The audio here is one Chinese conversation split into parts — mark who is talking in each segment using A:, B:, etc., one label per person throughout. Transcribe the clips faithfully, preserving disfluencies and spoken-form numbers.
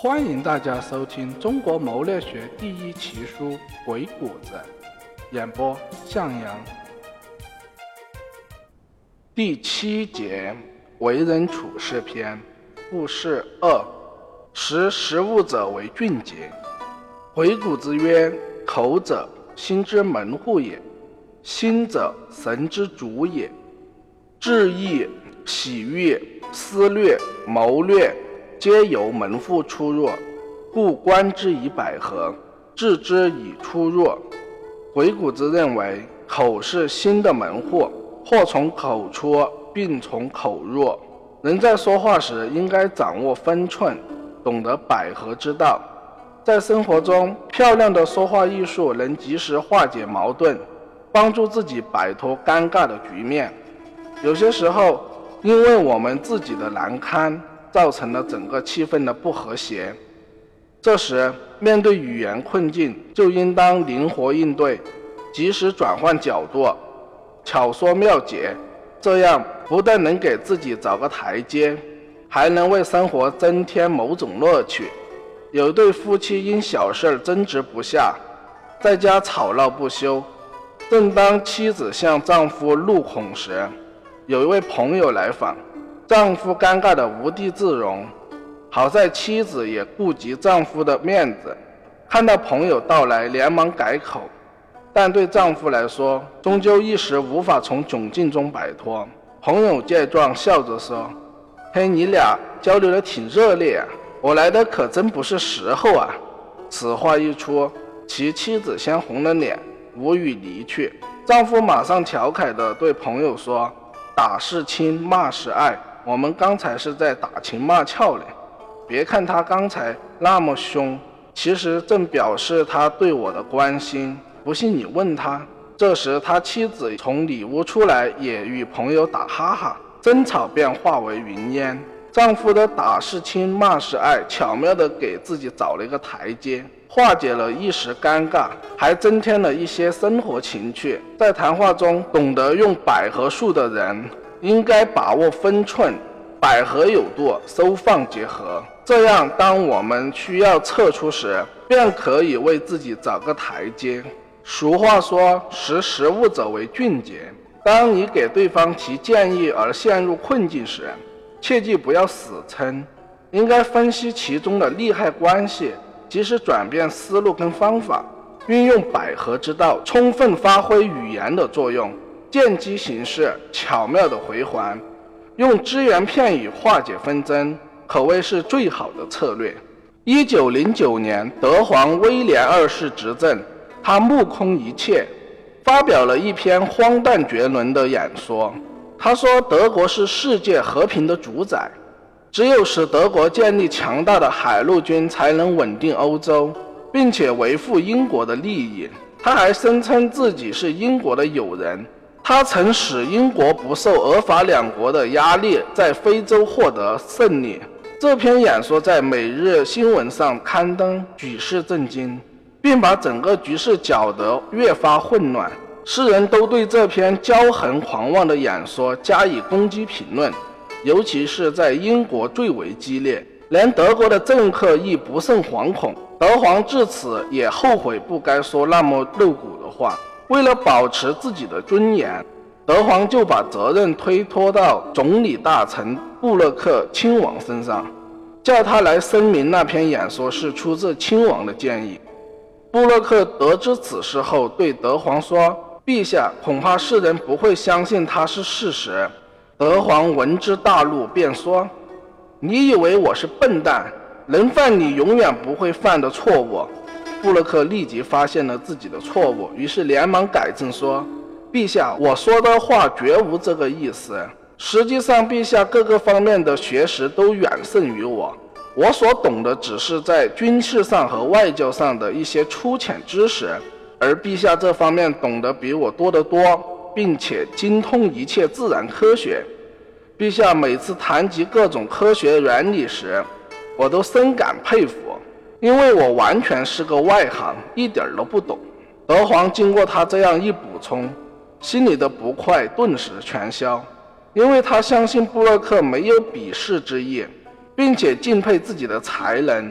A: 欢迎大家收听中国谋略学第一奇书《鬼谷子》，演播向阳。第七节，为人处事篇，故事二，识时务者为俊杰。鬼谷子曰：口者，心之门户也；心者，神之主也。志意、喜悦、思虑、谋略，皆由门户出入，故观之以百合，治之以出入。鬼谷子认为，口是心的门户，或从口出，并从口入。人在说话时，应该掌握分寸，懂得百合之道。在生活中，漂亮的说话艺术能及时化解矛盾，帮助自己摆脱尴尬的局面。有些时候，因为我们自己的难堪，造成了整个气氛的不和谐。这时，面对语言困境，就应当灵活应对，及时转换角度，巧说妙解。这样不但能给自己找个台阶，还能为生活增添某种乐趣。有对夫妻因小事争执不下，在家吵闹不休。正当妻子向丈夫怒吼时，有一位朋友来访，丈夫尴尬得无地自容。好在妻子也顾及丈夫的面子，看到朋友到来，连忙改口。但对丈夫来说，终究一时无法从窘境中摆脱。朋友见状，笑着说：嘿，你俩交流得挺热烈啊，我来的可真不是时候啊。此话一出，其妻子先红了脸，无语离去。丈夫马上调侃地对朋友说：打是亲，骂是爱，我们刚才是在打情骂俏嘞。别看他刚才那么凶，其实正表示他对我的关心，不信你问他。这时他妻子从里屋出来，也与朋友打哈哈，争吵便化为云烟。丈夫的打是亲，骂是爱，巧妙地给自己找了一个台阶，化解了一时尴尬，还增添了一些生活情趣。在谈话中，懂得用百合术的人，应该把握分寸，百合有度，收放结合。这样，当我们需要撤出时，便可以为自己找个台阶。俗话说，识时务者为俊杰。当你给对方提建议而陷入困境时，切记不要死撑，应该分析其中的利害关系，及时转变思路跟方法，运用百合之道，充分发挥语言的作用，见机行事，巧妙的回环，用只言片语化解纷争，可谓是最好的策略。一九零九年，德皇威廉二世执政，他目空一切，发表了一篇荒诞绝伦的演说。他说，德国是世界和平的主宰，只有使德国建立强大的海陆军，才能稳定欧洲，并且维护英国的利益。他还声称自己是英国的友人，他曾使英国不受俄法两国的压力，在非洲获得胜利。这篇演说在每日新闻上刊登，举世震惊，并把整个局势搅得越发混乱。世人都对这篇骄横狂妄的演说加以攻击评论，尤其是在英国最为激烈，连德国的政客亦不胜惶恐。德皇至此也后悔不该说那么露骨的话。为了保持自己的尊严，德皇就把责任推脱到总理大臣布勒克亲王身上，叫他来声明那篇演说是出自亲王的建议。布勒克得知此事后，对德皇说：陛下，恐怕世人不会相信它是事实。德皇闻之大怒，便说：你以为我是笨蛋，能犯你永远不会犯的错误？布勒克立即发现了自己的错误，于是连忙改正说：陛下，我说的话绝无这个意思。实际上，陛下各个方面的学识都远胜于我，我所懂的只是在军事上和外交上的一些粗浅知识，而陛下这方面懂得比我多得多，并且精通一切自然科学。陛下每次谈及各种科学原理时，我都深感佩服，因为我完全是个外行，一点都不懂。德皇经过他这样一补充，心里的不快顿时全消，因为他相信布勒克没有鄙视之意，并且敬佩自己的才能，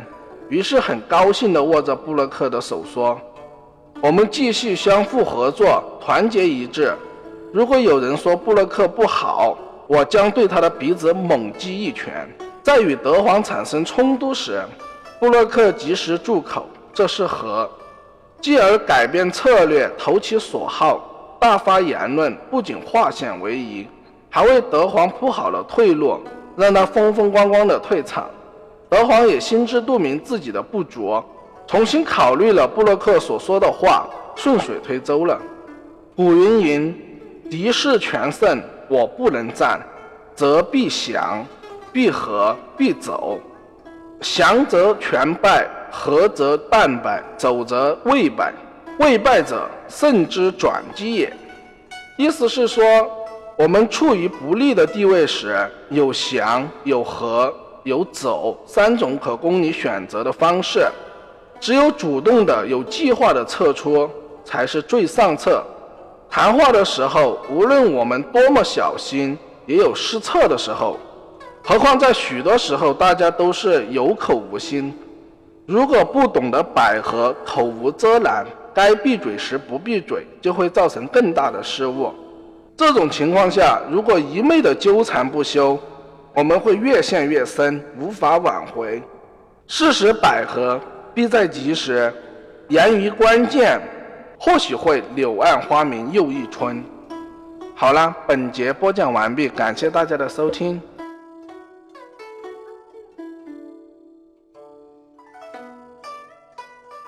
A: 于是很高兴地握着布洛克的手说：我们继续相互合作，团结一致。如果有人说布洛克不好，我将对他的鼻子猛击一拳。在与德皇产生冲突时，布洛克及时住口，这是和。继而改变策略，投其所好，大发言论，不仅化险为夷，还为德皇铺好了退路，让他风风光光的退场。德皇也心知肚明自己的不足，重新考虑了布洛克所说的话，顺水推舟了。古云云：敌势全胜，我不能战，则必降，必和，必走。降则全败，和则半败，走则未败。未败者，胜之转机也。意思是说，我们处于不利的地位时，有降、有和、有走三种可供你选择的方式，只有主动的、有计划的撤出才是最上策。谈话的时候，无论我们多么小心，也有失策的时候，何况在许多时候大家都是有口无心。如果不懂得摆和，口无遮拦，该闭嘴时不闭嘴，就会造成更大的失误。这种情况下，如果一味的纠缠不休，我们会越陷越深，无法挽回。适时摆和，必在及时，言于关键，或许会柳暗花明又一村。好了，本节播讲完毕，感谢大家的收听。